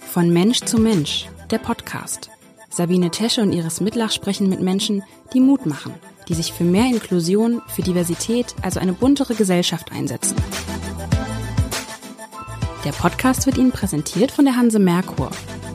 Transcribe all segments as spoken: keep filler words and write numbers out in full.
Von Mensch zu Mensch, der Podcast. Sabine Tesche und Iris Mitlach sprechen mit Menschen, die Mut machen, die sich für mehr Inklusion, für Diversität, also eine buntere Gesellschaft einsetzen. Der Podcast wird Ihnen präsentiert von der Hanse Merkur.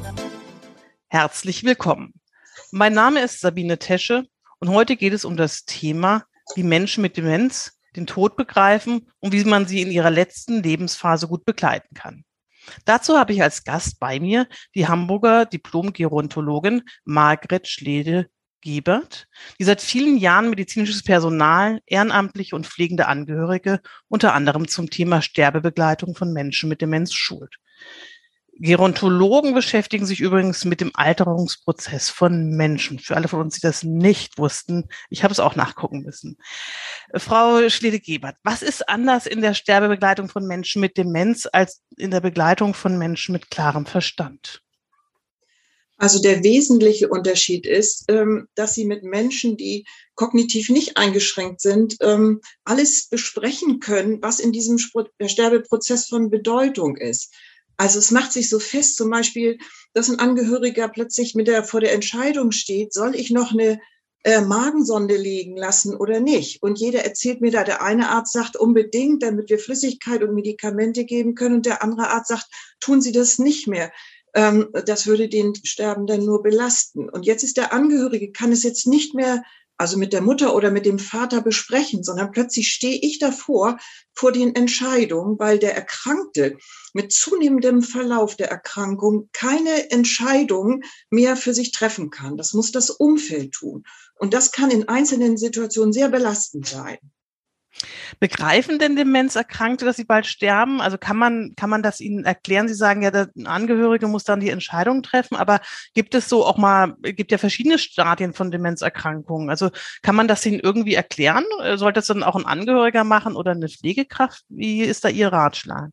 Herzlich willkommen. Mein Name ist Sabine Tesche und heute geht es um das Thema, wie Menschen mit Demenz den Tod begreifen und wie man sie in ihrer letzten Lebensphase gut begleiten kann. Dazu habe ich als Gast bei mir die Hamburger Diplom-Gerontologin Margret Schlede-Gebert, die seit vielen Jahren medizinisches Personal, ehrenamtliche und pflegende Angehörige unter anderem zum Thema Sterbebegleitung von Menschen mit Demenz schult. Gerontologen beschäftigen sich übrigens mit dem Alterungsprozess von Menschen. Für alle von uns, die das nicht wussten, ich habe es auch nachgucken müssen. Frau Schlede-Gebert, was ist anders in der Sterbebegleitung von Menschen mit Demenz als in der Begleitung von Menschen mit klarem Verstand? Also der wesentliche Unterschied ist, dass Sie mit Menschen, die kognitiv nicht eingeschränkt sind, alles besprechen können, was in diesem Sterbeprozess von Bedeutung ist. Also es macht sich so fest, zum Beispiel, dass ein Angehöriger plötzlich mit der, vor der Entscheidung steht, soll ich noch eine äh, Magensonde legen lassen oder nicht? Und jeder erzählt mir da, der eine Arzt sagt unbedingt, damit wir Flüssigkeit und Medikamente geben können. Und der andere Arzt sagt, tun Sie das nicht mehr. Ähm, das würde den Sterbenden nur belasten. Und jetzt ist der Angehörige, kann es jetzt nicht mehr also mit der Mutter oder mit dem Vater besprechen, sondern plötzlich stehe ich davor, vor den Entscheidungen, weil der Erkrankte mit zunehmendem Verlauf der Erkrankung keine Entscheidung mehr für sich treffen kann. Das muss das Umfeld tun. Und das kann in einzelnen Situationen sehr belastend sein. Begreifen denn Demenzerkrankte, dass sie bald sterben? Also kann man, kann man das ihnen erklären? Sie sagen ja, der Angehörige muss dann die Entscheidung treffen, aber gibt es so auch mal, gibt ja verschiedene Stadien von Demenzerkrankungen. Also kann man das ihnen irgendwie erklären? Sollte das dann auch ein Angehöriger machen oder eine Pflegekraft? Wie ist da Ihr Ratschlag?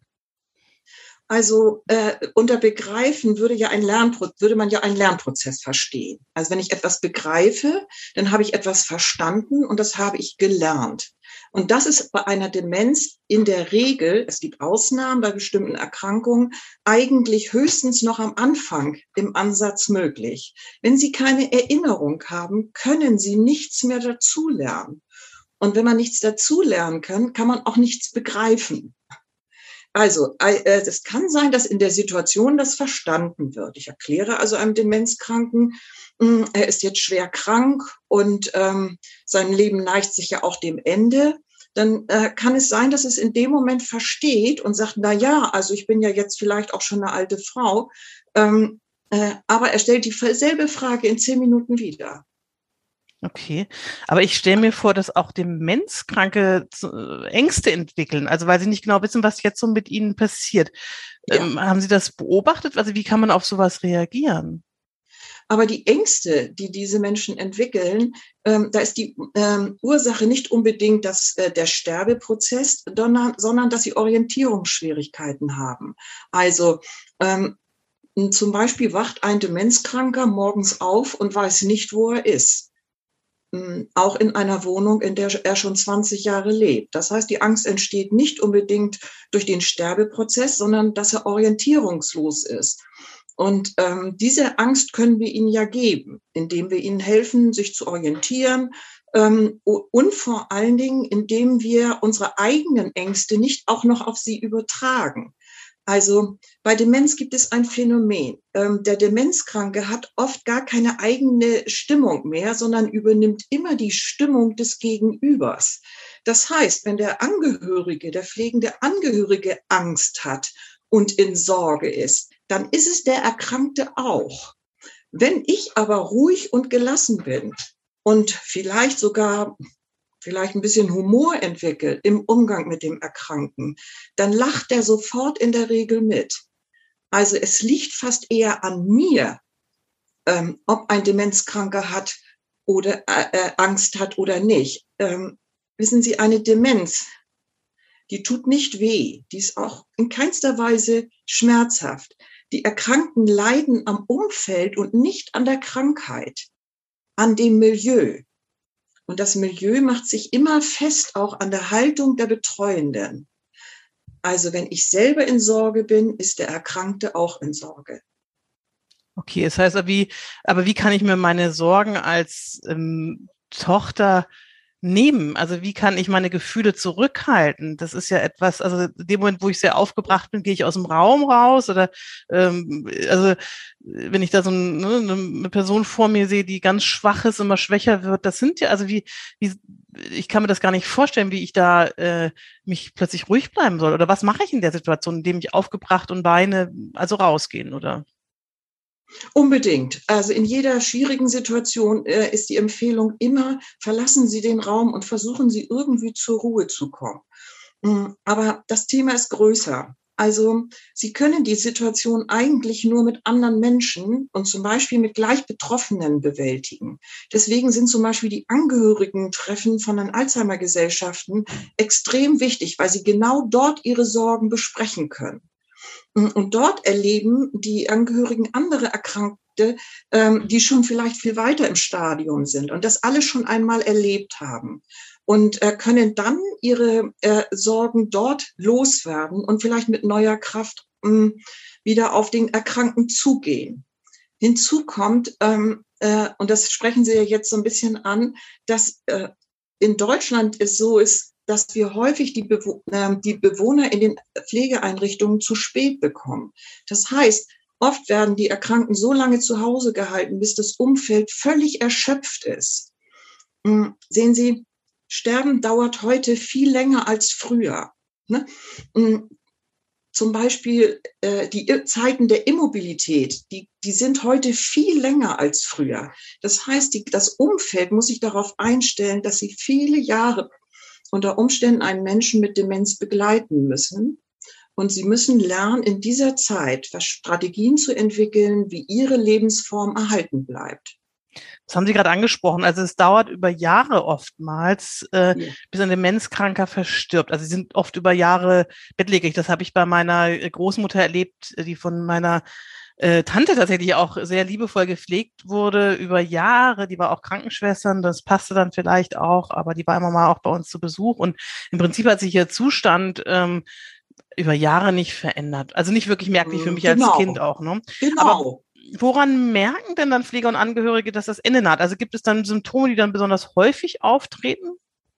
Also äh, unter Begreifen würde ja ein Lernpro- würde man ja einen Lernprozess verstehen. Also wenn ich etwas begreife, dann habe ich etwas verstanden und das habe ich gelernt. Und das ist bei einer Demenz in der Regel, es gibt Ausnahmen bei bestimmten Erkrankungen, eigentlich höchstens noch am Anfang im Ansatz möglich. Wenn Sie keine Erinnerung haben, können Sie nichts mehr dazulernen. Und wenn man nichts dazulernen kann, kann man auch nichts begreifen. Also, es kann sein, dass in der Situation das verstanden wird. Ich erkläre also einem Demenzkranken, er ist jetzt schwer krank und ähm, sein Leben neigt sich ja auch dem Ende. Dann äh, kann es sein, dass es in dem Moment versteht und sagt, na ja, also ich bin ja jetzt vielleicht auch schon eine alte Frau, ähm, äh, aber er stellt dieselbe Frage in zehn Minuten wieder. Okay, aber ich stelle mir vor, dass auch Demenzkranke Ängste entwickeln, also weil sie nicht genau wissen, was jetzt so mit ihnen passiert. Ja. Ähm, haben Sie das beobachtet? Also wie kann man auf sowas reagieren? Aber die Ängste, die diese Menschen entwickeln, ähm, da ist die ähm, Ursache nicht unbedingt das, äh, der Sterbeprozess, sondern, sondern dass sie Orientierungsschwierigkeiten haben. Also ähm, zum Beispiel wacht ein Demenzkranker morgens auf und weiß nicht, wo er ist. Auch in einer Wohnung, in der er schon zwanzig Jahre lebt. Das heißt, die Angst entsteht nicht unbedingt durch den Sterbeprozess, sondern dass er orientierungslos ist. Und ähm, diese Angst können wir ihnen ja geben, indem wir ihnen helfen, sich zu orientieren ähm, und vor allen Dingen, indem wir unsere eigenen Ängste nicht auch noch auf sie übertragen. Also bei Demenz gibt es ein Phänomen. Ähm, der Demenzkranke hat oft gar keine eigene Stimmung mehr, sondern übernimmt immer die Stimmung des Gegenübers. Das heißt, wenn der Angehörige, der pflegende Angehörige Angst hat und in Sorge ist, dann ist es der Erkrankte auch. Wenn ich aber ruhig und gelassen bin und vielleicht sogar vielleicht ein bisschen Humor entwickelt im Umgang mit dem Erkrankten, dann lacht er sofort in der Regel mit. Also es liegt fast eher an mir, ähm, ob ein Demenzkranker hat oder äh, Angst hat oder nicht. Ähm, wissen Sie, eine Demenz, die tut nicht weh, die ist auch in keinster Weise schmerzhaft. Die Erkrankten leiden am Umfeld und nicht an der Krankheit, an dem Milieu. Und das Milieu macht sich immer fest auch an der Haltung der Betreuenden. Also wenn ich selber in Sorge bin, ist der Erkrankte auch in Sorge. Okay, das heißt, aber wie, aber wie kann ich mir meine Sorgen als ähm, Tochter nehmen? Also wie kann ich meine Gefühle zurückhalten? Das ist ja etwas, also in dem Moment, wo ich sehr aufgebracht bin, gehe ich aus dem Raum raus oder ähm, also wenn ich da so ein, ne, eine Person vor mir sehe, die ganz schwach ist, immer schwächer wird, das sind ja, also wie, wie ich kann mir das gar nicht vorstellen, wie ich da äh, mich plötzlich ruhig bleiben soll. Oder was mache ich in der Situation, in dem ich aufgebracht und weine, also rausgehen, oder? Unbedingt. Also in jeder schwierigen Situation äh, ist die Empfehlung immer, verlassen Sie den Raum und versuchen Sie irgendwie zur Ruhe zu kommen. Mm, Aber das Thema ist größer. Also Sie können die Situation eigentlich nur mit anderen Menschen und zum Beispiel mit gleich Betroffenen bewältigen. Deswegen sind zum Beispiel die Angehörigentreffen von den Alzheimer-Gesellschaften extrem wichtig, weil sie genau dort ihre Sorgen besprechen können. Und dort erleben die Angehörigen andere Erkrankte, ähm, die schon vielleicht viel weiter im Stadium sind und das alle schon einmal erlebt haben und äh, können dann ihre äh, Sorgen dort loswerden und vielleicht mit neuer Kraft mh, wieder auf den Erkrankten zugehen. Hinzu kommt, ähm, äh, und das sprechen Sie ja jetzt so ein bisschen an, dass äh, in Deutschland es so ist, dass wir häufig die, Bewo- äh, die Bewohner in den Pflegeeinrichtungen zu spät bekommen. Das heißt, oft werden die Erkrankten so lange zu Hause gehalten, bis das Umfeld völlig erschöpft ist. Mhm. Sehen Sie, Sterben dauert heute viel länger als früher. Ne? Mhm. Zum Beispiel äh, die Zeiten der Immobilität, die, die sind heute viel länger als früher. Das heißt, die, das Umfeld muss sich darauf einstellen, dass sie viele Jahre unter Umständen einen Menschen mit Demenz begleiten müssen. Und sie müssen lernen, in dieser Zeit Strategien zu entwickeln, wie ihre Lebensform erhalten bleibt. Das haben Sie gerade angesprochen. Also es dauert über Jahre oftmals, äh, Ja. bis ein Demenzkranker verstirbt. Also sie sind oft über Jahre bettlägerig. Das habe ich bei meiner Großmutter erlebt, die von meiner äh, Tante tatsächlich auch sehr liebevoll gepflegt wurde über Jahre. Die war auch Krankenschwestern, das passte dann vielleicht auch, aber die war immer mal auch bei uns zu Besuch. Und im Prinzip hat sich ihr Zustand ähm, über Jahre nicht verändert. Also nicht wirklich merklich für mich als Genau, Kind auch, ne? Aber genau. woran merken denn dann Pfleger und Angehörige, dass das Ende naht? Also gibt es dann Symptome, die dann besonders häufig auftreten?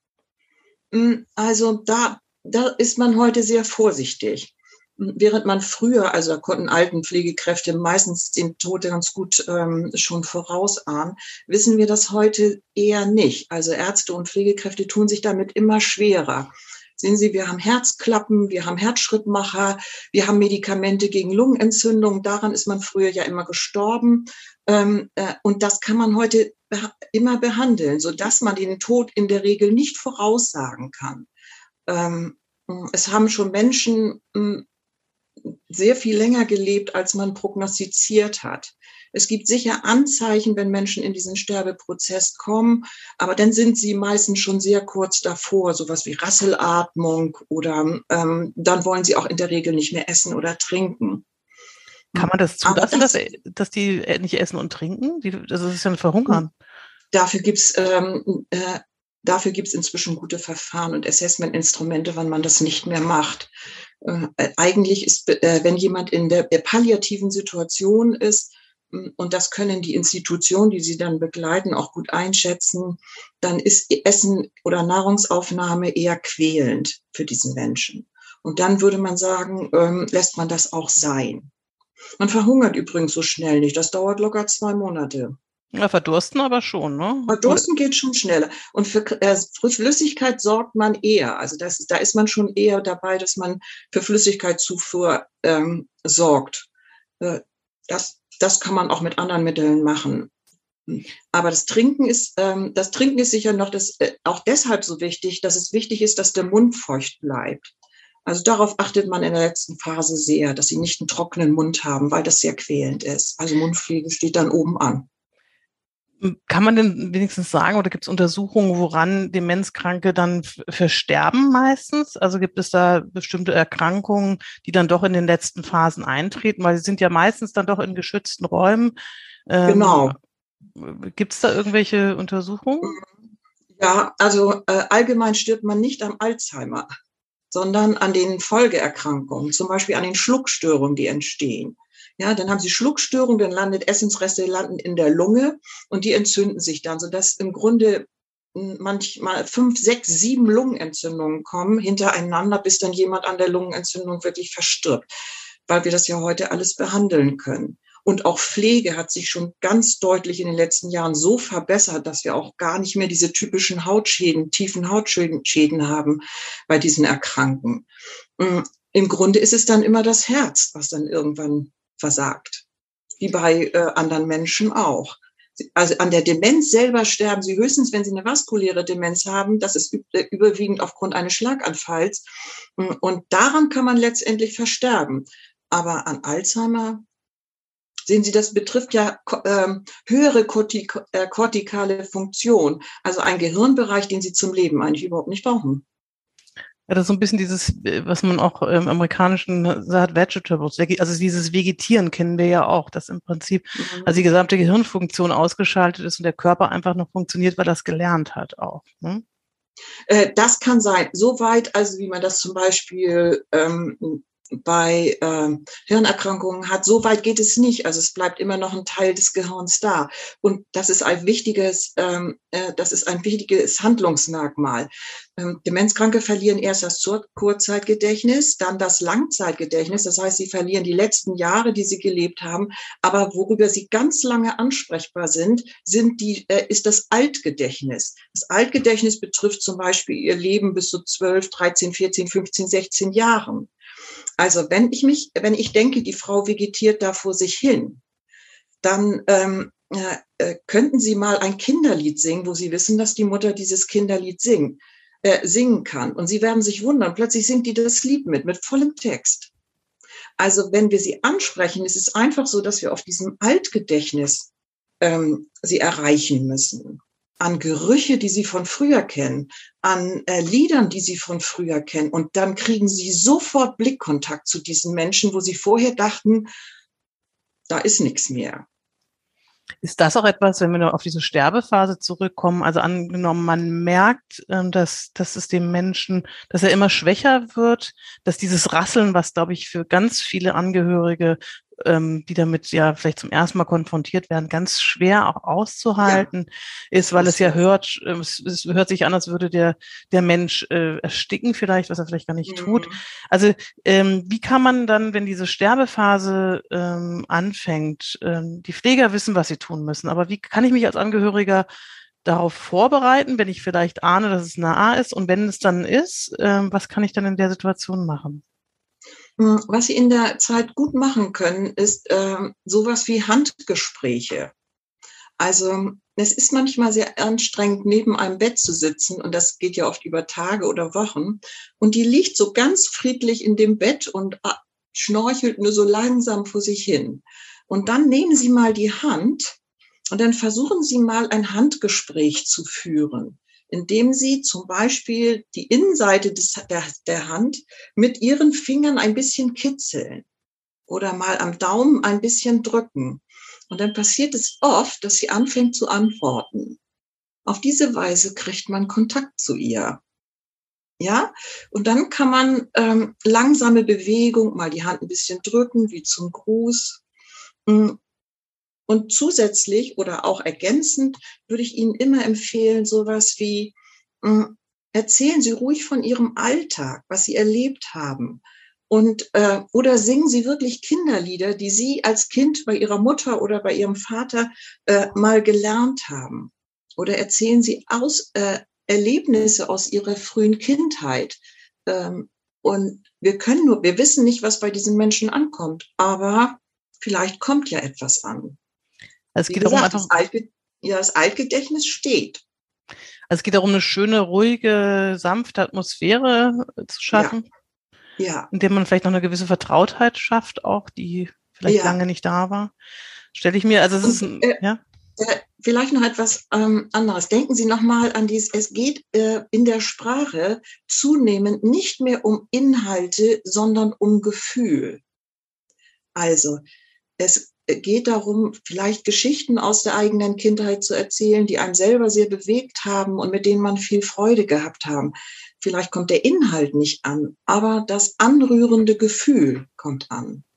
Also da, da ist man heute sehr vorsichtig. Während man früher, also da konnten Altenpflegekräfte meistens den Tod ganz gut ähm, schon vorausahnen, wissen wir das heute eher nicht. Also Ärzte und Pflegekräfte tun sich damit immer schwerer. Sehen Sie, wir haben Herzklappen, wir haben Herzschrittmacher, wir haben Medikamente gegen Lungenentzündung. Daran ist man früher ja immer gestorben. Ähm, äh, und das kann man heute beh- immer behandeln, sodass man den Tod in der Regel nicht voraussagen kann. Ähm, es haben schon Menschen mh, sehr viel länger gelebt, als man prognostiziert hat. Es gibt sicher Anzeichen, wenn Menschen in diesen Sterbeprozess kommen, aber dann sind sie meistens schon sehr kurz davor, sowas wie Rasselatmung oder ähm, dann wollen sie auch in der Regel nicht mehr essen oder trinken. Kann man das Aber zulassen, das, dass, dass die nicht essen und trinken? Die, das ist ja ein Verhungern. Dafür gibt's ähm, äh, dafür gibt's inzwischen gute Verfahren und Assessment-Instrumente, wann man das nicht mehr macht. Äh, eigentlich ist, äh, wenn jemand in der, der palliativen Situation ist, und das können die Institutionen, die sie dann begleiten, auch gut einschätzen, dann ist Essen oder Nahrungsaufnahme eher quälend für diesen Menschen. Und dann würde man sagen, ähm, lässt man das auch sein. Man verhungert übrigens so schnell nicht. Das dauert locker zwei Monate. Ja, verdursten aber schon, ne? Verdursten geht schon schneller. Und für äh, Flüssigkeit sorgt man eher. Also das, da ist man schon eher dabei, dass man für Flüssigkeitszufuhr ähm, sorgt. Äh, das, das kann man auch mit anderen Mitteln machen. Aber das Trinken ist, ähm, das Trinken ist sicher noch das, äh, auch deshalb so wichtig, dass es wichtig ist, dass der Mund feucht bleibt. Also darauf achtet man in der letzten Phase sehr, dass sie nicht einen trockenen Mund haben, weil das sehr quälend ist. Also Mundpflege steht dann oben an. Kann man denn wenigstens sagen, oder gibt es Untersuchungen, woran Demenzkranke dann versterben meistens? Also gibt es da bestimmte Erkrankungen, die dann doch in den letzten Phasen eintreten? Weil sie sind ja meistens dann doch in geschützten Räumen. Ähm, Genau. Gibt es da irgendwelche Untersuchungen? Ja, also äh, allgemein stirbt man nicht am Alzheimer, sondern an den Folgeerkrankungen, zum Beispiel an den Schluckstörungen, die entstehen. Ja, dann haben sie Schluckstörungen, dann landet Essensreste landen in der Lunge und die entzünden sich dann, sodass im Grunde manchmal fünf, sechs, sieben Lungenentzündungen kommen hintereinander, bis dann jemand an der Lungenentzündung wirklich verstirbt, weil wir das ja heute alles behandeln können. Und auch Pflege hat sich schon ganz deutlich in den letzten Jahren so verbessert, dass wir auch gar nicht mehr diese typischen Hautschäden, tiefen Hautschäden haben bei diesen Erkrankungen. Im Grunde ist es dann immer das Herz, was dann irgendwann versagt, wie bei äh, anderen Menschen auch. Also an der Demenz selber sterben sie höchstens, wenn sie eine vaskuläre Demenz haben. Das ist überwiegend aufgrund eines Schlaganfalls. Und daran kann man letztendlich versterben. Aber an Alzheimer, sehen Sie, das betrifft ja äh, höhere kortik- äh, kortikale Funktion, also ein Gehirnbereich, den Sie zum Leben eigentlich überhaupt nicht brauchen. Ja, das ist so ein bisschen dieses, was man auch im Amerikanischen sagt, Vegetables, also dieses Vegetieren kennen wir ja auch, dass im Prinzip Mhm. also die gesamte Gehirnfunktion ausgeschaltet ist und der Körper einfach noch funktioniert, weil er es gelernt hat auch. Ne? Äh, das kann sein. Soweit, also wie man das zum Beispiel ähm, bei äh, Hirnerkrankungen hat, so weit geht es nicht. Also es bleibt immer noch ein Teil des Gehirns da. Und das ist ein wichtiges, ähm, äh, das ist ein wichtiges Handlungsmerkmal. Ähm, Demenzkranke verlieren erst das Kurzzeitgedächtnis, dann das Langzeitgedächtnis. Das heißt, sie verlieren die letzten Jahre, die sie gelebt haben. Aber worüber sie ganz lange ansprechbar sind, sind die, äh, ist das Altgedächtnis. Das Altgedächtnis betrifft zum Beispiel ihr Leben bis zu zwölf, dreizehn, vierzehn, fünfzehn, sechzehn Jahren. Also wenn ich mich, wenn ich denke, die Frau vegetiert da vor sich hin, dann ähm, äh, könnten Sie mal ein Kinderlied singen, wo Sie wissen, dass die Mutter dieses Kinderlied singen, äh, singen kann. Und Sie werden sich wundern, plötzlich singt die das Lied mit, mit vollem Text. Also wenn wir sie ansprechen, ist es einfach so, dass wir auf diesem Altgedächtnis ähm, sie erreichen müssen. An Gerüche, die sie von früher kennen, an äh, Liedern, die sie von früher kennen. Und dann kriegen sie sofort Blickkontakt zu diesen Menschen, wo sie vorher dachten, da ist nichts mehr. Ist das auch etwas, wenn wir noch auf diese Sterbephase zurückkommen, also angenommen, man merkt, dass, dass es dem Menschen, dass er immer schwächer wird, dass dieses Rasseln, was, glaube ich, für ganz viele Angehörige, ähm, die damit ja vielleicht zum ersten Mal konfrontiert werden, ganz schwer auch auszuhalten ja, ist, weil ist es ja hört, es, es hört sich an, als würde der, der Mensch äh, ersticken vielleicht, was er vielleicht gar nicht mhm. tut. Also ähm, wie kann man dann, wenn diese Sterbephase ähm, anfängt, ähm, die Pfleger wissen, was sie tun müssen, aber wie kann ich mich als Angehöriger darauf vorbereiten, wenn ich vielleicht ahne, dass es nah ist und wenn es dann ist, ähm, was kann ich dann in der Situation machen? Was Sie in der Zeit gut machen können, ist äh, sowas wie Handgespräche. Also es ist manchmal sehr anstrengend, neben einem Bett zu sitzen und das geht ja oft über Tage oder Wochen und die liegt so ganz friedlich in dem Bett und schnorchelt nur so langsam vor sich hin. Und dann nehmen Sie mal die Hand und dann versuchen Sie mal ein Handgespräch zu führen, indem Sie zum Beispiel die Innenseite des, der, der Hand mit Ihren Fingern ein bisschen kitzeln oder mal am Daumen ein bisschen drücken. Und dann passiert es oft, dass sie anfängt zu antworten. Auf diese Weise kriegt man Kontakt zu ihr. Ja, und dann kann man ähm, langsame Bewegung, mal die Hand ein bisschen drücken, wie zum Gruß. Und zusätzlich oder auch ergänzend würde ich Ihnen immer empfehlen, sowas wie, äh, erzählen Sie ruhig von Ihrem Alltag, was Sie erlebt haben. Und, äh, oder singen Sie wirklich Kinderlieder, die Sie als Kind bei Ihrer Mutter oder bei Ihrem Vater äh, mal gelernt haben. Oder erzählen Sie aus, äh, Erlebnisse aus Ihrer frühen Kindheit. Ähm, und wir können nur, wir wissen nicht, was bei diesen Menschen ankommt, aber vielleicht kommt ja etwas an. Es Wie geht gesagt, darum, einfach, das, Altge- ja, das Altgedächtnis steht. Also es geht darum, eine schöne, ruhige, sanfte Atmosphäre zu schaffen, ja. Ja. indem man vielleicht noch eine gewisse Vertrautheit schafft, auch die vielleicht ja. lange nicht da war. Stelle ich mir, also es Und, ist ein, äh, ja. Äh, vielleicht noch etwas ähm, anderes. Denken Sie nochmal an dieses, es geht äh, in der Sprache zunehmend nicht mehr um Inhalte, sondern um Gefühl. Also, es geht darum, vielleicht Geschichten aus der eigenen Kindheit zu erzählen, die einen selber sehr bewegt haben und mit denen man viel Freude gehabt haben. Vielleicht kommt der Inhalt nicht an, aber das anrührende Gefühl kommt an.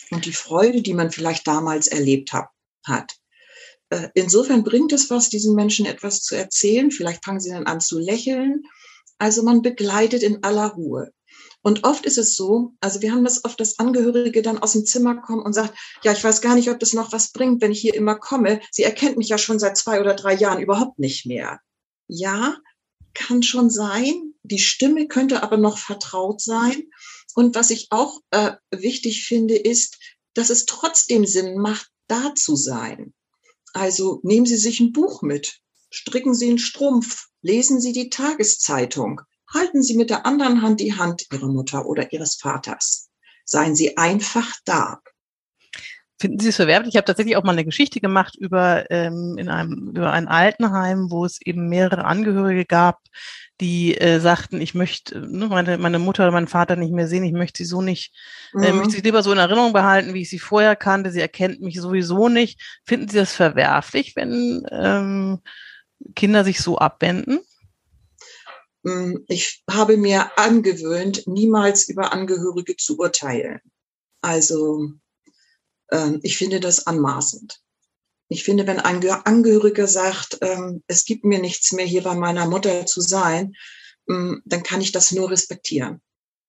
und die Freude, die man vielleicht damals erlebt hab, hat. Insofern bringt es was, diesen Menschen etwas zu erzählen. Vielleicht fangen sie dann an zu lächeln. Also man begleitet in aller Ruhe. Und oft ist es so, also wir haben das oft, dass Angehörige dann aus dem Zimmer kommen und sagt, ja, ich weiß gar nicht, ob das noch was bringt, wenn ich hier immer komme. Sie erkennt mich ja schon seit zwei oder drei Jahren überhaupt nicht mehr. Ja, kann schon sein. Die Stimme könnte aber noch vertraut sein. Und was ich auch äh, wichtig finde, ist, dass es trotzdem Sinn macht, da zu sein. Also nehmen Sie sich ein Buch mit, stricken Sie einen Strumpf, lesen Sie die Tageszeitung, halten Sie mit der anderen Hand die Hand Ihrer Mutter oder Ihres Vaters. Seien Sie einfach da. Finden Sie es verwerflich? Ich habe tatsächlich auch mal eine Geschichte gemacht über, ähm, in einem, über ein Altenheim, wo es eben mehrere Angehörige gab, die äh, sagten, ich möchte ne, meine, meine Mutter oder meinen Vater nicht mehr sehen, ich möchte sie so nicht, mhm. äh, möchte sie lieber so in Erinnerung behalten, wie ich sie vorher kannte, sie erkennt mich sowieso nicht. Finden Sie das verwerflich, wenn ähm, Kinder sich so abwenden? Ich habe mir angewöhnt, niemals über Angehörige zu urteilen. Also ähm, ich finde das anmaßend. Ich finde, wenn ein Angehöriger sagt, ähm, es gibt mir nichts mehr, hier bei meiner Mutter zu sein, ähm, dann kann ich das nur respektieren.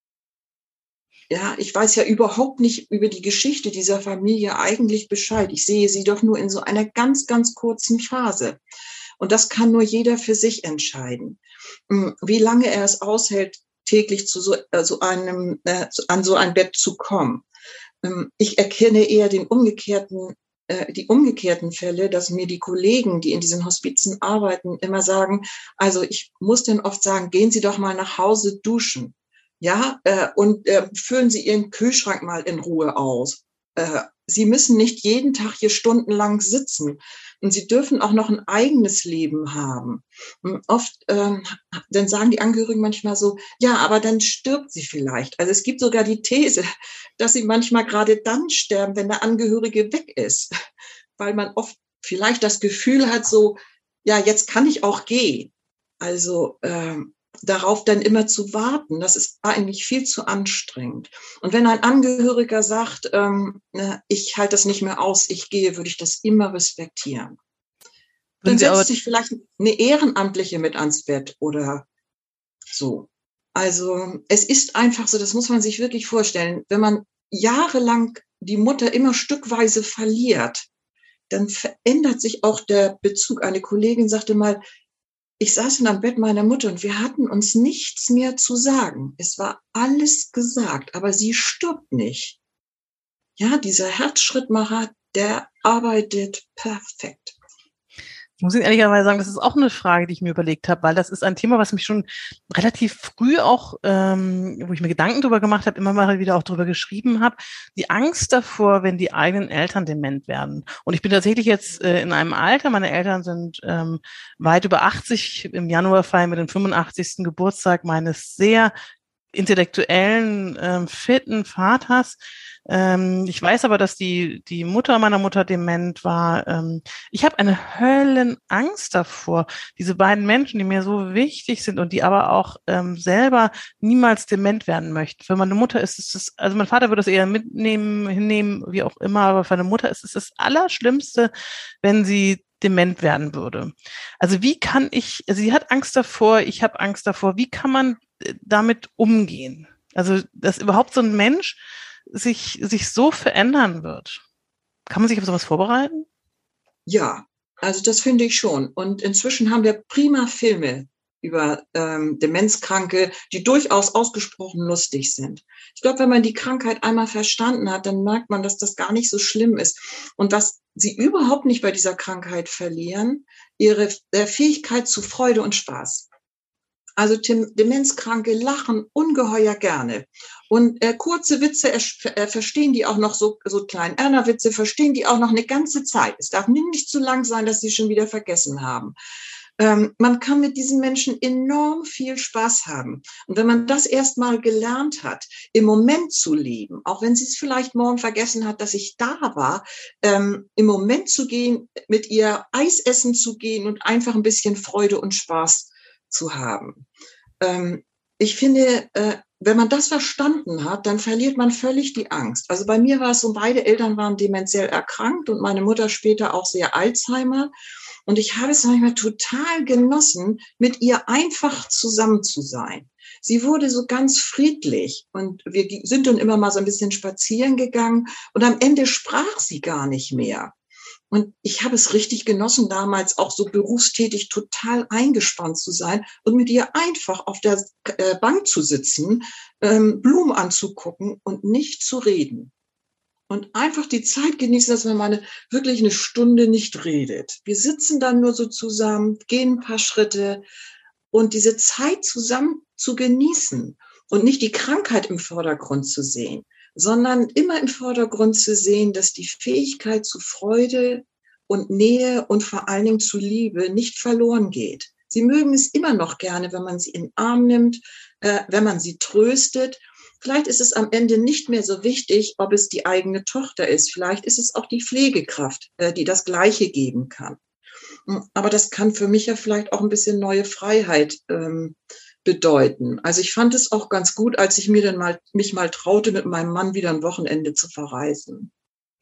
Ja, ich weiß ja überhaupt nicht über die Geschichte dieser Familie eigentlich Bescheid. Ich sehe sie doch nur in so einer ganz, ganz kurzen Phase. Und das kann nur jeder für sich entscheiden. Wie lange er es aushält, täglich zu so, äh, so einem, äh, an so ein Bett zu kommen. Ähm, ich erkenne eher den umgekehrten die umgekehrten Fälle, dass mir die Kollegen, die in diesen Hospizen arbeiten, immer sagen, also ich muss denen oft sagen, gehen Sie doch mal nach Hause duschen, ja, äh, und äh, füllen Sie Ihren Kühlschrank mal in Ruhe aus. Äh, Sie müssen nicht jeden Tag hier stundenlang sitzen und Sie dürfen auch noch ein eigenes Leben haben. Und oft, ähm, dann sagen die Angehörigen manchmal so, ja, aber dann stirbt sie vielleicht. Also es gibt sogar die These, dass sie manchmal gerade dann sterben, wenn der Angehörige weg ist, weil man oft vielleicht das Gefühl hat, so, ja, jetzt kann ich auch gehen. Also ähm, darauf dann immer zu warten, das ist eigentlich viel zu anstrengend. Und wenn ein Angehöriger sagt, ähm, ich halte das nicht mehr aus, ich gehe, würde ich das immer respektieren. Dann setzt sich vielleicht eine Ehrenamtliche mit ans Bett oder so. Also es ist einfach so, das muss man sich wirklich vorstellen, wenn man jahrelang die Mutter immer stückweise verliert, dann verändert sich auch der Bezug. Eine Kollegin sagte mal, ich saß am Bett meiner Mutter und wir hatten uns nichts mehr zu sagen. Es war alles gesagt, aber sie stirbt nicht. Ja, dieser Herzschrittmacher, der arbeitet perfekt. Ich muss Ihnen ehrlicherweise sagen, das ist auch eine Frage, die ich mir überlegt habe, weil das ist ein Thema, was mich schon relativ früh auch, ähm, wo ich mir Gedanken drüber gemacht habe, immer mal wieder auch drüber geschrieben habe, die Angst davor, wenn die eigenen Eltern dement werden. Und ich bin tatsächlich jetzt äh, in einem Alter, meine Eltern sind ähm, weit über achtzig, im Januar feiern wir den fünfundachtzigsten Geburtstag meines sehr intellektuellen, ähm, fitten Vaters. Ähm, ich weiß aber, dass die die Mutter meiner Mutter dement war. Ähm, ich habe eine Höllenangst davor, diese beiden Menschen, die mir so wichtig sind und die aber auch ähm, selber niemals dement werden möchten. Für meine Mutter ist es, das, also mein Vater würde es eher mitnehmen, hinnehmen, wie auch immer, aber für meine Mutter ist es das Allerschlimmste, wenn sie dement werden würde. Also wie kann ich, also sie hat Angst davor, ich habe Angst davor, wie kann man damit umgehen? Also, dass überhaupt so ein Mensch sich, sich so verändern wird. Kann man sich auf sowas vorbereiten? Ja, also das finde ich schon. Und inzwischen haben wir prima Filme über ähm, Demenzkranke, die durchaus ausgesprochen lustig sind. Ich glaube, wenn man die Krankheit einmal verstanden hat, dann merkt man, dass das gar nicht so schlimm ist. Und was sie überhaupt nicht bei dieser Krankheit verlieren, ihre äh, Fähigkeit zu Freude und Spaß. Also Demenzkranke lachen ungeheuer gerne. Und äh, kurze Witze äh, verstehen die auch noch, so, so kleinen Erna-Witze verstehen die auch noch eine ganze Zeit. Es darf nicht zu lang sein, dass sie schon wieder vergessen haben. Ähm, man kann mit diesen Menschen enorm viel Spaß haben. Und wenn man das erstmal gelernt hat, im Moment zu leben, auch wenn sie es vielleicht morgen vergessen hat, dass ich da war, ähm, im Moment zu gehen, mit ihr Eis essen zu gehen und einfach ein bisschen Freude und Spaß zu haben. Ähm, ich finde, äh, wenn man das verstanden hat, dann verliert man völlig die Angst. Also bei mir war es so, beide Eltern waren dementiell erkrankt und meine Mutter später auch sehr Alzheimer. Und ich habe es manchmal total genossen, mit ihr einfach zusammen zu sein. Sie wurde so ganz friedlich und wir sind dann immer mal so ein bisschen spazieren gegangen und am Ende sprach sie gar nicht mehr. Und ich habe es richtig genossen, damals auch so berufstätig total eingespannt zu sein und mit ihr einfach auf der Bank zu sitzen, ähm, Blumen anzugucken und nicht zu reden. Und einfach die Zeit genießen, dass man mal eine, wirklich eine Stunde nicht redet. Wir sitzen dann nur so zusammen, gehen ein paar Schritte und diese Zeit zusammen zu genießen und nicht die Krankheit im Vordergrund zu sehen, sondern immer im Vordergrund zu sehen, dass die Fähigkeit zu Freude und Nähe und vor allen Dingen zu Liebe nicht verloren geht. Sie mögen es immer noch gerne, wenn man sie in den Arm nimmt, äh, wenn man sie tröstet. Vielleicht ist es am Ende nicht mehr so wichtig, ob es die eigene Tochter ist. Vielleicht ist es auch die Pflegekraft, äh, die das Gleiche geben kann. Aber das kann für mich ja vielleicht auch ein bisschen neue Freiheit ähm, bedeuten. Also ich fand es auch ganz gut, als ich mir dann mal, mich mal traute, mit meinem Mann wieder ein Wochenende zu verreisen.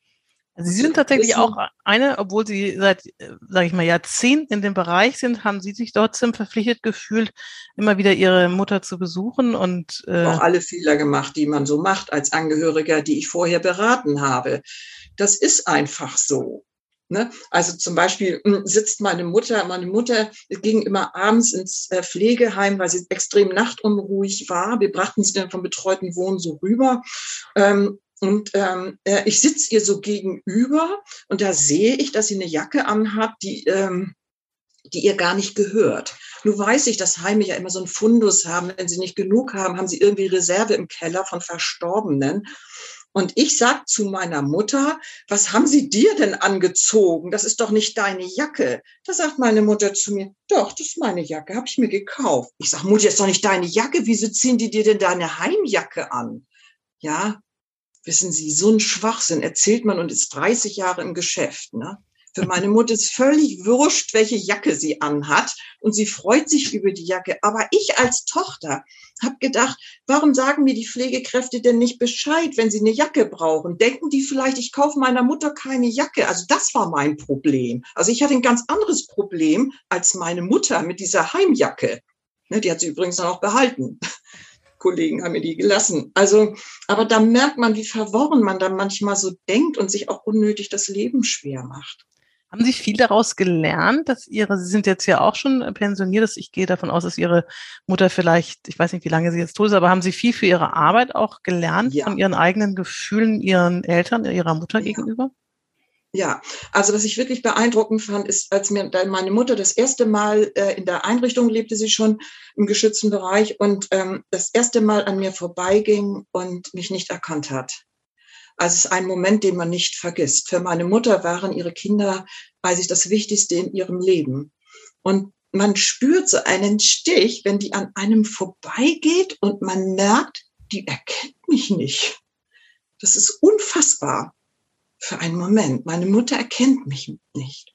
Also Sie sind tatsächlich auch eine, obwohl Sie seit, sage ich mal, Jahrzehnten in dem Bereich sind, haben Sie sich trotzdem verpflichtet gefühlt, immer wieder Ihre Mutter zu besuchen und äh auch alle Fehler gemacht, die man so macht als Angehöriger, die ich vorher beraten habe. Das ist einfach so. Ne? Also zum Beispiel sitzt meine Mutter, meine Mutter ging immer abends ins Pflegeheim, weil sie extrem nachtunruhig war. Wir brachten sie dann vom betreuten Wohnen so rüber. Ähm, Und ähm, ich sitze ihr so gegenüber und da sehe ich, dass sie eine Jacke anhat, die, ähm, die ihr gar nicht gehört. Nun weiß ich, dass Heime ja immer so einen Fundus haben. Wenn sie nicht genug haben, haben sie irgendwie Reserve im Keller von Verstorbenen. Und ich sag zu meiner Mutter, was haben Sie dir denn angezogen? Das ist doch nicht deine Jacke. Da sagt meine Mutter zu mir, doch, das ist meine Jacke, habe ich mir gekauft. Ich sag, Mutti, das ist doch nicht deine Jacke. Wieso ziehen die dir denn deine Heimjacke an? Ja, wissen Sie, so ein Schwachsinn erzählt man und ist dreißig Jahre im Geschäft. Ne? Für meine Mutter ist völlig wurscht, welche Jacke sie anhat und sie freut sich über die Jacke. Aber ich als Tochter habe gedacht, warum sagen mir die Pflegekräfte denn nicht Bescheid, wenn sie eine Jacke brauchen? Denken die vielleicht, ich kaufe meiner Mutter keine Jacke? Also das war mein Problem. Also ich hatte ein ganz anderes Problem als meine Mutter mit dieser Heimjacke. Ne, die hat sie übrigens dann auch behalten. Kollegen haben mir die gelassen. Also, aber da merkt man, wie verworren man dann manchmal so denkt und sich auch unnötig das Leben schwer macht. Haben Sie viel daraus gelernt, dass Ihre, Sie sind jetzt ja auch schon pensioniert, ich gehe davon aus, dass Ihre Mutter vielleicht, ich weiß nicht, wie lange sie jetzt tot ist, aber haben Sie viel für Ihre Arbeit auch gelernt, ja, von Ihren eigenen Gefühlen Ihren Eltern, Ihrer Mutter ja. gegenüber? Ja, also was ich wirklich beeindruckend fand, ist, als mir meine Mutter das erste Mal äh, in der Einrichtung lebte, sie schon im geschützten Bereich und ähm, das erste Mal an mir vorbeiging und mich nicht erkannt hat. Also es ist ein Moment, den man nicht vergisst. Für meine Mutter waren ihre Kinder, weiß ich, das Wichtigste in ihrem Leben. Und man spürt so einen Stich, wenn die an einem vorbeigeht und man merkt, die erkennt mich nicht. Das ist unfassbar. Für einen Moment. Meine Mutter erkennt mich nicht.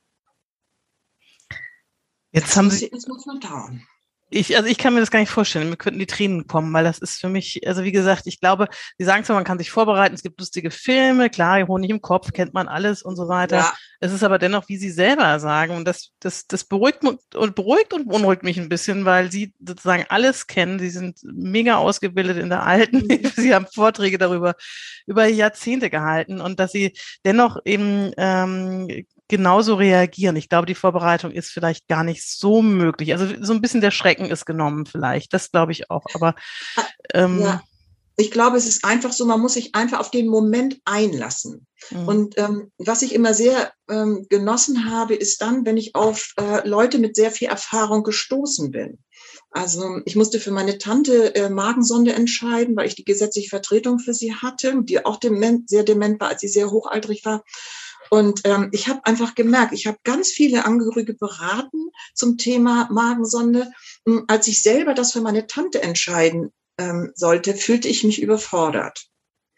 Jetzt das haben Sie. Das muss man dauern. Ich, also ich kann mir das gar nicht vorstellen. Mir könnten die Tränen kommen, weil das ist für mich, also wie gesagt, ich glaube, Sie sagen zwar, man kann sich vorbereiten, es gibt lustige Filme, klar, Honig im Kopf, kennt man alles und so weiter. Ja. Es ist aber dennoch, wie Sie selber sagen, und das, das, das beruhigt und beruhigt und beunruhigt mich ein bisschen, weil Sie sozusagen alles kennen. Sie sind mega ausgebildet in der Alten. Sie haben Vorträge darüber über Jahrzehnte gehalten und dass Sie dennoch eben ähm, genauso reagieren. Ich glaube, die Vorbereitung ist vielleicht gar nicht so möglich. Also so ein bisschen der Schrecken ist genommen vielleicht. Das glaube ich auch. Aber ähm, ja, ich glaube, es ist einfach so, man muss sich einfach auf den Moment einlassen. Mhm. Und ähm, was ich immer sehr ähm, genossen habe, ist dann, wenn ich auf äh, Leute mit sehr viel Erfahrung gestoßen bin. Also ich musste für meine Tante äh, Magensonde entscheiden, weil ich die gesetzliche Vertretung für sie hatte, die auch dement, sehr dement war, als sie sehr hochaltrig war. Und ähm, ich habe einfach gemerkt, ich habe ganz viele Angehörige beraten zum Thema Magensonde. Und als ich selber das für meine Tante entscheiden ähm, sollte, fühlte ich mich überfordert.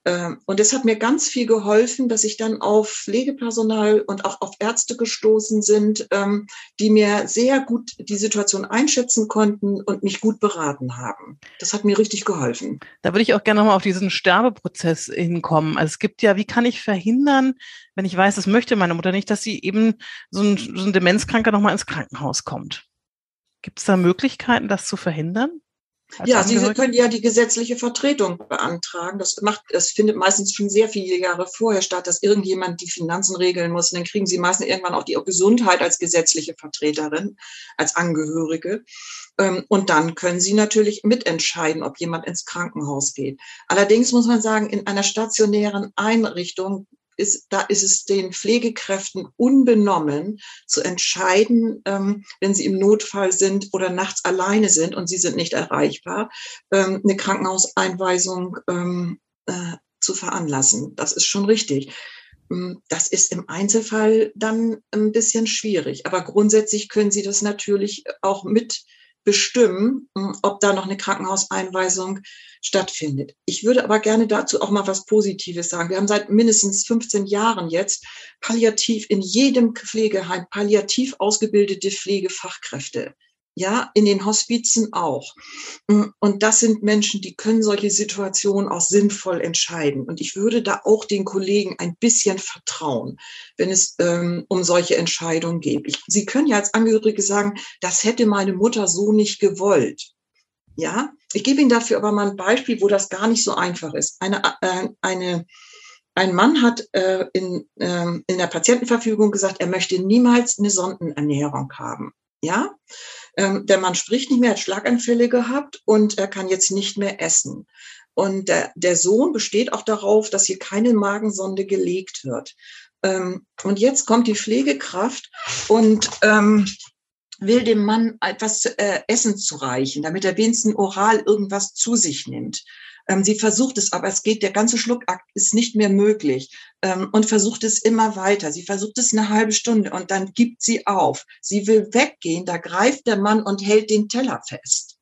Und es hat mir ganz viel geholfen, dass ich dann auf Pflegepersonal und auch auf Ärzte gestoßen sind, die mir sehr gut die Situation einschätzen konnten und mich gut beraten haben. Das hat mir richtig geholfen. Da würde ich auch gerne nochmal auf diesen Sterbeprozess hinkommen. Also es gibt ja, wie kann ich verhindern, wenn ich weiß, das möchte meine Mutter nicht, dass sie eben so ein, so ein Demenzkranker nochmal ins Krankenhaus kommt? Gibt es da Möglichkeiten, das zu verhindern? Ja, Sie können ja die gesetzliche Vertretung beantragen. Das macht, das findet meistens schon sehr viele Jahre vorher statt, dass irgendjemand die Finanzen regeln muss. Und dann kriegen Sie meistens irgendwann auch die Gesundheit als gesetzliche Vertreterin, als Angehörige. Und dann können Sie natürlich mitentscheiden, ob jemand ins Krankenhaus geht. Allerdings muss man sagen, in einer stationären Einrichtung ist, da ist es den Pflegekräften unbenommen zu entscheiden, ähm, wenn sie im Notfall sind oder nachts alleine sind und sie sind nicht erreichbar, ähm, eine Krankenhauseinweisung ähm, äh, zu veranlassen. Das ist schon richtig. Das ist im Einzelfall dann ein bisschen schwierig. Aber grundsätzlich können Sie das natürlich auch mit bestimmen, ob da noch eine Krankenhauseinweisung stattfindet. Ich würde aber gerne dazu auch mal was Positives sagen. Wir haben seit mindestens fünfzehn Jahren jetzt palliativ in jedem Pflegeheim palliativ ausgebildete Pflegefachkräfte. Ja, in den Hospizen auch. Und das sind Menschen, die können solche Situationen auch sinnvoll entscheiden. Und ich würde da auch den Kollegen ein bisschen vertrauen, wenn es ähm, um solche Entscheidungen geht. Ich, Sie können ja als Angehörige sagen, das hätte meine Mutter so nicht gewollt. Ja, ich gebe Ihnen dafür aber mal ein Beispiel, wo das gar nicht so einfach ist. Eine, äh, eine, ein Mann hat äh, in, äh, in der Patientenverfügung gesagt, er möchte niemals eine Sondenernährung haben. Ja, ähm, der Mann spricht nicht mehr, hat Schlaganfälle gehabt und er kann jetzt nicht mehr essen. Und der, der Sohn besteht auch darauf, dass hier keine Magensonde gelegt wird. Ähm, und jetzt kommt die Pflegekraft und ähm, will dem Mann etwas äh, Essen zureichen, damit er wenigstens oral irgendwas zu sich nimmt. Ähm, sie versucht es, aber es geht, der ganze Schluckakt ist nicht mehr möglich ähm, und versucht es immer weiter. Sie versucht es eine halbe Stunde und dann gibt sie auf. Sie will weggehen, da greift der Mann und hält den Teller fest.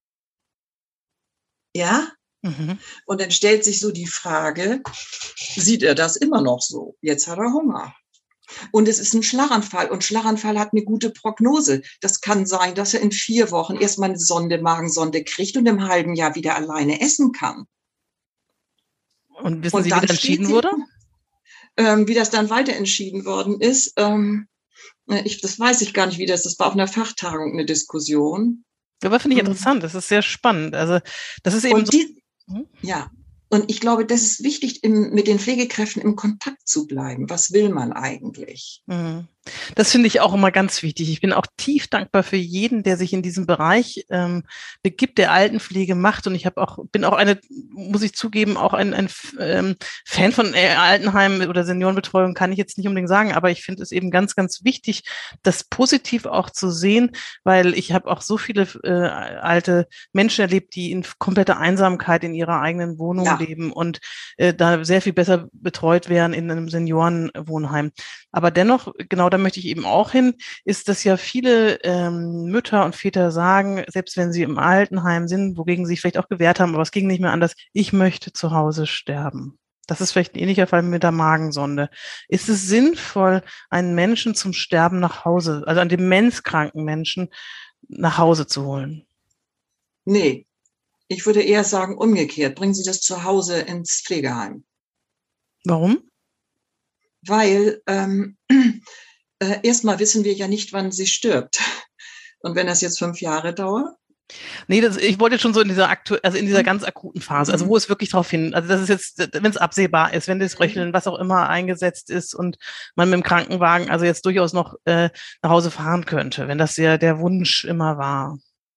Ja? Mhm. Und dann stellt sich so die Frage, sieht er das immer noch so? Jetzt hat er Hunger. Und es ist ein Schlaganfall und Schlaganfall hat eine gute Prognose. Das kann sein, dass er in vier Wochen erstmal eine Sonde, Magensonde kriegt und im halben Jahr wieder alleine essen kann. Und wissen und Sie, wie das entschieden sie, wurde? Ähm, wie das dann weiter entschieden worden ist, ähm, ich, das weiß ich gar nicht, wie das, das war auf einer Fachtagung eine Diskussion. Aber finde ich interessant, das ist sehr spannend. Also das ist eben und so. Die, hm? Ja, und ich glaube, das ist wichtig, im, mit den Pflegekräften im Kontakt zu bleiben. Was will man eigentlich? Mhm. Das finde ich auch immer ganz wichtig. Ich bin auch tief dankbar für jeden, der sich in diesem Bereich ähm, begibt, der Altenpflege macht. Und ich habe auch, bin auch eine, muss ich zugeben, auch ein, ein ähm, Fan von äh, Altenheimen oder Seniorenbetreuung, kann ich jetzt nicht unbedingt sagen, aber ich finde es eben ganz, ganz wichtig, das positiv auch zu sehen, weil ich habe auch so viele äh, alte Menschen erlebt, die in kompletter Einsamkeit in ihrer eigenen Wohnung ja. leben und äh, da sehr viel besser betreut werden in einem Seniorenwohnheim. Aber dennoch, genau da möchte ich eben auch hin, ist, dass ja viele ähm, Mütter und Väter sagen, selbst wenn sie im Altenheim sind, wogegen sie sich vielleicht auch gewehrt haben, aber es ging nicht mehr anders, ich möchte zu Hause sterben. Das ist vielleicht ein ähnlicher Fall mit der Magensonde. Ist es sinnvoll, einen Menschen zum Sterben nach Hause, also einen demenzkranken Menschen nach Hause zu holen? Nee, ich würde eher sagen umgekehrt. Bringen Sie das zu Hause ins Pflegeheim. Warum? Weil ähm, äh, erstmal wissen wir ja nicht, wann sie stirbt. Und wenn das jetzt fünf Jahre dauert? Nee, das, ich wollte schon so in dieser aktu also in dieser ganz akuten Phase, also wo es wirklich drauf hin, also das ist jetzt, wenn es absehbar ist, wenn das Röcheln, was auch immer eingesetzt ist und man mit dem Krankenwagen also jetzt durchaus noch äh, nach Hause fahren könnte, wenn das ja der Wunsch immer war.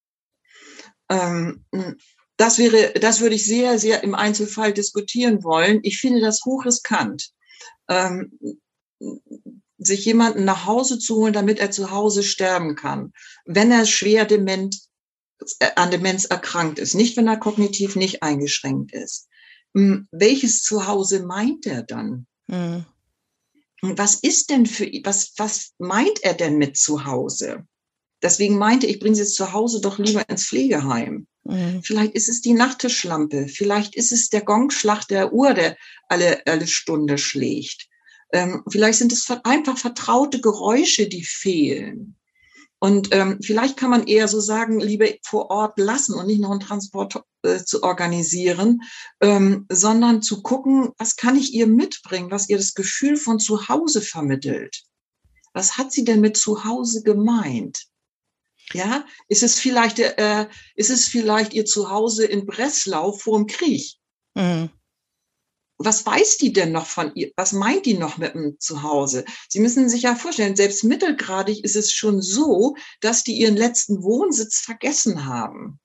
Ähm, das wäre, das würde ich sehr, sehr im Einzelfall diskutieren wollen. Ich finde das hochriskant. Ähm, sich jemanden nach Hause zu holen, damit er zu Hause sterben kann, wenn er schwer dement, äh, an Demenz erkrankt ist, nicht wenn er kognitiv nicht eingeschränkt ist. Hm, welches Zuhause meint er dann? Mhm. Was ist denn für ihn, was, was meint er denn mit Zuhause? Deswegen meinte ich, bringe Sie es zu Hause doch lieber ins Pflegeheim. Mhm. Vielleicht ist es die Nachttischlampe. Vielleicht ist es der Gongschlag der Uhr, der alle, alle Stunde schlägt. Ähm, vielleicht sind es einfach vertraute Geräusche, die fehlen. Und ähm, vielleicht kann man eher so sagen, lieber vor Ort lassen und nicht noch einen Transport äh, zu organisieren, ähm, sondern zu gucken, was kann ich ihr mitbringen, was ihr das Gefühl von zu Hause vermittelt. Was hat sie denn mit zu Hause gemeint? Ja, ist es vielleicht, äh, ist es vielleicht ihr Zuhause in Breslau vor dem Krieg? Mhm. Was weiß die denn noch von ihr? Was meint die noch mit dem Zuhause? Sie müssen sich ja vorstellen, selbst mittelgradig ist es schon so, dass die ihren letzten Wohnsitz vergessen haben.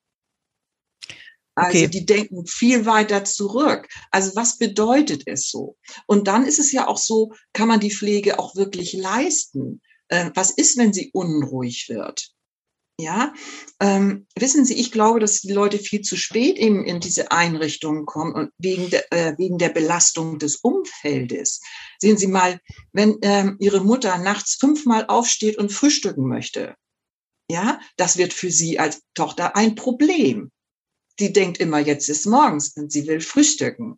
Also okay. Die denken viel weiter zurück. Also was bedeutet es so? Und dann ist es ja auch so, kann man die Pflege auch wirklich leisten? Äh, was ist, wenn sie unruhig wird? Ja, ähm, wissen Sie, ich glaube, dass die Leute viel zu spät eben in diese Einrichtungen kommen und wegen der, äh, wegen der Belastung des Umfeldes. Sehen Sie mal, wenn ähm, Ihre Mutter nachts fünfmal aufsteht und frühstücken möchte, ja, das wird für Sie als Tochter ein Problem. Die denkt immer, jetzt ist morgens und sie will frühstücken.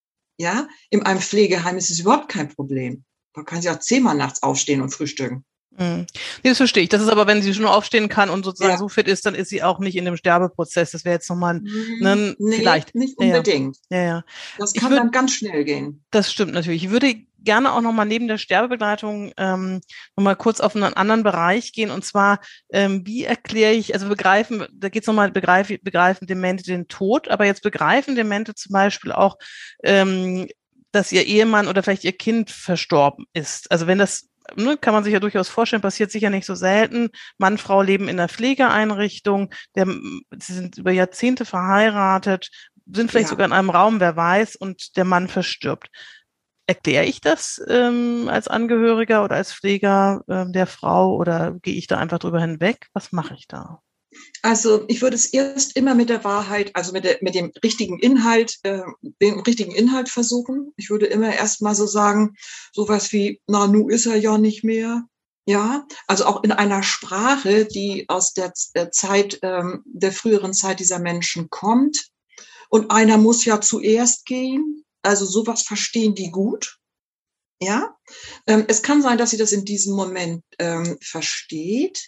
Ja, in einem Pflegeheim ist es überhaupt kein Problem. Man kann sie auch zehnmal nachts aufstehen und frühstücken. Mhm. Nee, das verstehe ich. Das ist aber, wenn sie schon aufstehen kann und sozusagen ja. so fit ist, dann ist sie auch nicht in dem Sterbeprozess. Das wäre jetzt nochmal ein, ne, nee, vielleicht. nicht unbedingt. Ja, ja. Das kann würd, dann ganz schnell gehen. Das stimmt natürlich. Ich würde gerne auch nochmal neben der Sterbebegleitung ähm, nochmal kurz auf einen anderen Bereich gehen. Und zwar, ähm, wie erkläre ich, also begreifen, da geht es nochmal, begreifen, begreifen Demente den Tod, aber jetzt begreifen Demente zum Beispiel auch, ähm, dass ihr Ehemann oder vielleicht ihr Kind verstorben ist. Also wenn das Ne, kann man sich ja durchaus vorstellen, passiert sicher nicht so selten. Mann, Frau leben in einer Pflegeeinrichtung, der, sie sind über Jahrzehnte verheiratet, sind vielleicht ja. sogar in einem Raum, wer weiß, und der Mann verstirbt. Erkläre ich das ähm, als Angehöriger oder als Pfleger ähm, der Frau oder gehe ich da einfach drüber hinweg? Was mache ich da? Also ich würde es erst immer mit der Wahrheit, also mit, der, mit dem richtigen Inhalt, äh, dem richtigen Inhalt versuchen. Ich würde immer erst mal so sagen, sowas wie, na, nu ist er ja nicht mehr. Ja, also auch in einer Sprache, die aus der, der Zeit, ähm, der früheren Zeit dieser Menschen kommt. Und einer muss ja zuerst gehen. Also sowas verstehen die gut. Ja, ähm, es kann sein, dass sie das in diesem Moment ähm, versteht.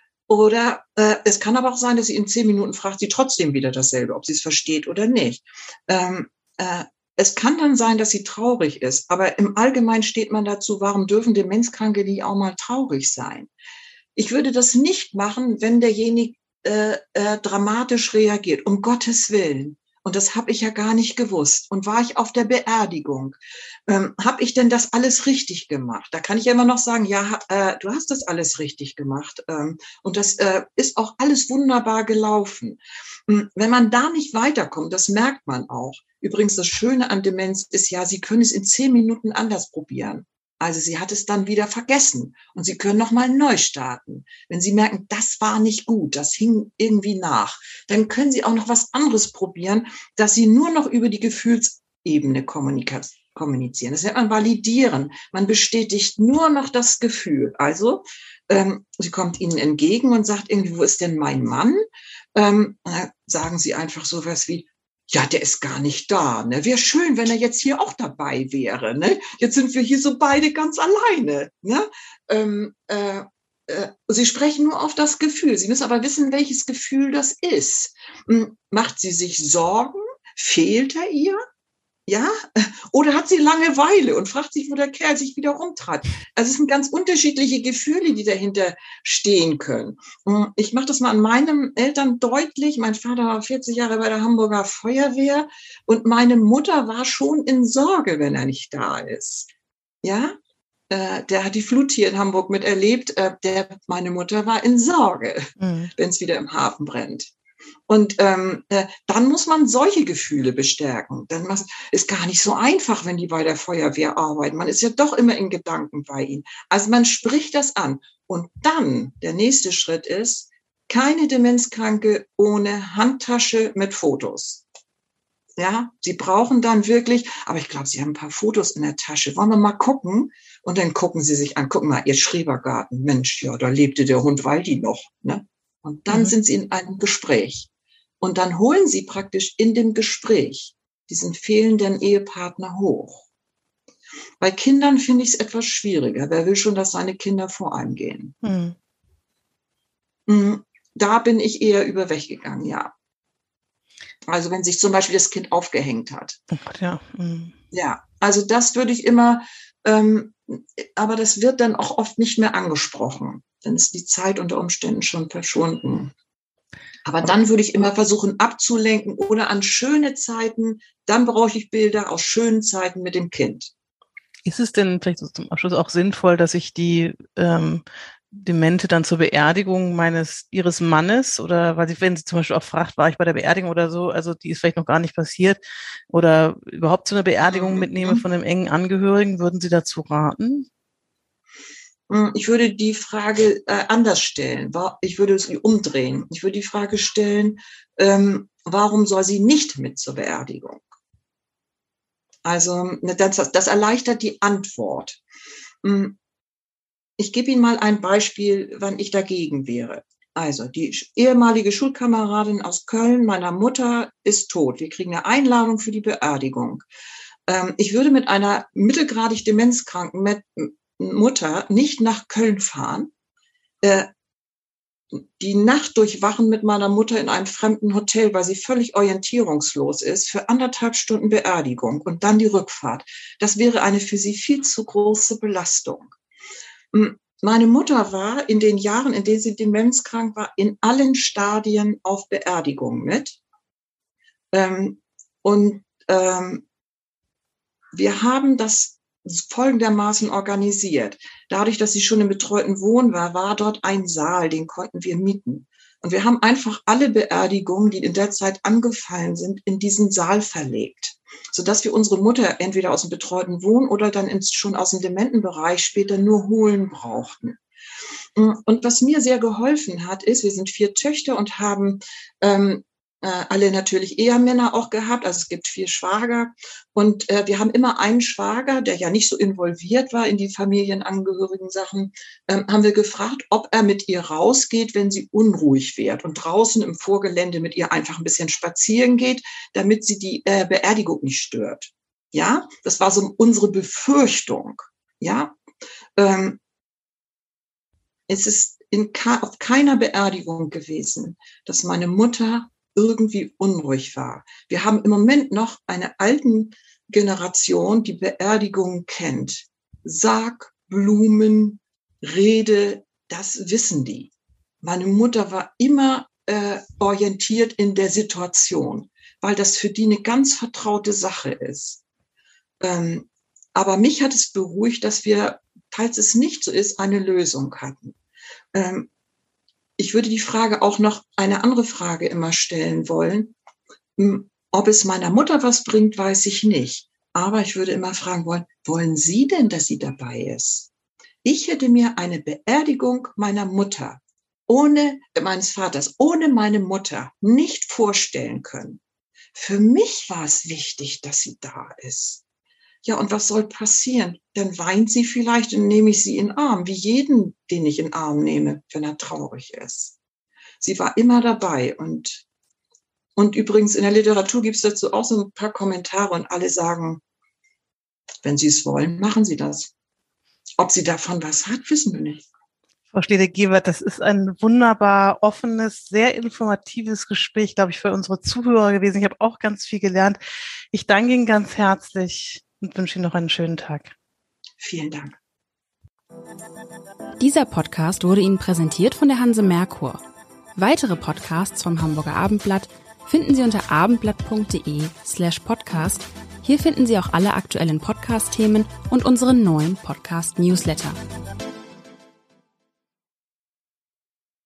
Oder äh, es kann aber auch sein, dass sie in zehn Minuten fragt sie trotzdem wieder dasselbe, ob sie es versteht oder nicht. Ähm, äh, es kann dann sein, dass sie traurig ist, aber im Allgemeinen steht man dazu, warum dürfen Demenzkranke nicht auch mal traurig sein? Ich würde das nicht machen, wenn derjenige äh, äh, dramatisch reagiert, um Gottes Willen. Und das habe ich ja gar nicht gewusst. Und war ich auf der Beerdigung? Ähm, habe ich denn das alles richtig gemacht? Da kann ich ja immer noch sagen, ja, äh, du hast das alles richtig gemacht. Ähm, und das äh, ist auch alles wunderbar gelaufen. Ähm, wenn man da nicht weiterkommt, das merkt man auch. Übrigens, das Schöne an Demenz ist ja, Sie können es in zehn Minuten anders probieren. Also sie hat es dann wieder vergessen und Sie können nochmal neu starten. Wenn Sie merken, das war nicht gut, das hing irgendwie nach, dann können Sie auch noch was anderes probieren, dass Sie nur noch über die Gefühlsebene kommunizieren. Das nennt man validieren. Man bestätigt nur noch das Gefühl. Also ähm, sie kommt Ihnen entgegen und sagt irgendwie, wo ist denn mein Mann? Ähm, sagen Sie einfach sowas wie, ja, der ist gar nicht da. Ne? Wäre schön, wenn er jetzt hier auch dabei wäre. Ne? Jetzt sind wir hier so beide ganz alleine. Ne? Ähm, äh, äh, Sie sprechen nur auf das Gefühl. Sie müssen aber wissen, welches Gefühl das ist. Hm, macht sie sich Sorgen? Fehlt er ihr? Ja? Oder hat sie Langeweile und fragt sich, wo der Kerl sich wieder rumtreibt? Also es sind ganz unterschiedliche Gefühle, die dahinter stehen können. Ich mache das mal an meinen Eltern deutlich. Mein Vater war vierzig Jahre bei der Hamburger Feuerwehr und meine Mutter war schon in Sorge, wenn er nicht da ist. Ja? Der hat die Flut hier in Hamburg miterlebt. Der, meine Mutter war in Sorge, mhm. wenn es wieder im Hafen brennt. Und ähm, äh, dann muss man solche Gefühle bestärken. Dann ist gar nicht so einfach, wenn die bei der Feuerwehr arbeiten. Man ist ja doch immer in Gedanken bei ihnen. Also man spricht das an. Und dann, der nächste Schritt ist, keine Demenzkranke ohne Handtasche mit Fotos. Ja, sie brauchen dann wirklich, aber ich glaube, sie haben ein paar Fotos in der Tasche. Wollen wir mal gucken? Und dann gucken sie sich an. Gucken mal, ihr Schrebergarten. Mensch, ja, da lebte der Hund Waldi noch. Ne? Und dann mhm. sind sie in einem Gespräch. Und dann holen sie praktisch in dem Gespräch diesen fehlenden Ehepartner hoch. Bei Kindern finde ich es etwas schwieriger. Wer will schon, dass seine Kinder vor einem gehen? Hm. Da bin ich eher überweggegangen, ja. Also wenn sich zum Beispiel das Kind aufgehängt hat. Oh Gott, ja. Hm. Ja, also das würde ich immer, ähm, aber das wird dann auch oft nicht mehr angesprochen. Dann ist die Zeit unter Umständen schon verschwunden. Aber dann würde ich immer versuchen abzulenken oder an schöne Zeiten, dann brauche ich Bilder aus schönen Zeiten mit dem Kind. Ist es denn vielleicht so zum Abschluss auch sinnvoll, dass ich die ähm, Demente dann zur Beerdigung meines ihres Mannes oder weil sie, wenn sie zum Beispiel auch fragt, war ich bei der Beerdigung oder so, also die ist vielleicht noch gar nicht passiert, oder überhaupt zu einer Beerdigung mhm. mitnehme von einem engen Angehörigen, würden Sie dazu raten? Ich würde die Frage äh, anders stellen. Ich würde sie umdrehen. Ich würde die Frage stellen, ähm, warum soll sie nicht mit zur Beerdigung? Also das, das erleichtert die Antwort. Ich gebe Ihnen mal ein Beispiel, wann ich dagegen wäre. Also die ehemalige Schulkameradin aus Köln meiner Mutter ist tot. Wir kriegen eine Einladung für die Beerdigung. Ähm, ich würde mit einer mittelgradig demenzkranken Met- Mutter nicht nach Köln fahren, äh, die Nacht durchwachen mit meiner Mutter in einem fremden Hotel, weil sie völlig orientierungslos ist, für anderthalb Stunden Beerdigung und dann die Rückfahrt. Das wäre eine für sie viel zu große Belastung. Meine Mutter war in den Jahren, in denen sie demenzkrank war, in allen Stadien auf Beerdigung mit. Ähm, und ähm, wir haben das folgendermaßen organisiert. Dadurch, dass sie schon im betreuten Wohnen war, war dort ein Saal, den konnten wir mieten. Und wir haben einfach alle Beerdigungen, die in der Zeit angefallen sind, in diesen Saal verlegt, sodass wir unsere Mutter entweder aus dem betreuten Wohnen oder dann ins, schon aus dem Dementenbereich später nur holen brauchten. Und was mir sehr geholfen hat, ist, wir sind vier Töchter und haben ähm, äh, alle natürlich Ehemänner auch gehabt, also es gibt vier Schwager und äh, wir haben immer einen Schwager, der ja nicht so involviert war in die familienangehörigen Sachen, ähm, haben wir gefragt, ob er mit ihr rausgeht, wenn sie unruhig wird und draußen im Vorgelände mit ihr einfach ein bisschen spazieren geht, damit sie die äh, Beerdigung nicht stört. Ja, das war so unsere Befürchtung. Ja, ähm, es ist in ka- auf keiner Beerdigung gewesen, dass meine Mutter irgendwie unruhig war. Wir haben im Moment noch eine alten Generation, die Beerdigungen kennt. Sarg, Blumen, Rede, das wissen die. Meine Mutter war immer äh, orientiert in der Situation, weil das für die eine ganz vertraute Sache ist. Ähm, aber mich hat es beruhigt, dass wir, falls es nicht so ist, eine Lösung hatten. Ähm, Ich würde die Frage auch noch, eine andere Frage immer stellen wollen. Ob es meiner Mutter was bringt, weiß ich nicht. Aber ich würde immer fragen wollen, wollen Sie denn, dass sie dabei ist? Ich hätte mir eine Beerdigung meiner Mutter, ohne, meines Vaters, ohne meine Mutter nicht vorstellen können. Für mich war es wichtig, dass sie da ist. Ja, und was soll passieren? Dann weint sie vielleicht und nehme ich sie in den Arm, wie jeden, den ich in den Arm nehme, wenn er traurig ist. Sie war immer dabei. Und, und übrigens in der Literatur gibt es dazu auch so ein paar Kommentare und alle sagen, wenn Sie es wollen, machen Sie das. Ob sie davon was hat, wissen wir nicht. Frau Schlede-Gewert, das ist ein wunderbar offenes, sehr informatives Gespräch, glaube ich, für unsere Zuhörer gewesen. Ich habe auch ganz viel gelernt. Ich danke Ihnen ganz herzlich und wünsche Ihnen noch einen schönen Tag. Vielen Dank. Dieser Podcast wurde Ihnen präsentiert von der Hanse Merkur. Weitere Podcasts vom Hamburger Abendblatt finden Sie unter abendblatt.de slash podcast. Hier finden Sie auch alle aktuellen Podcast-Themen und unseren neuen Podcast-Newsletter.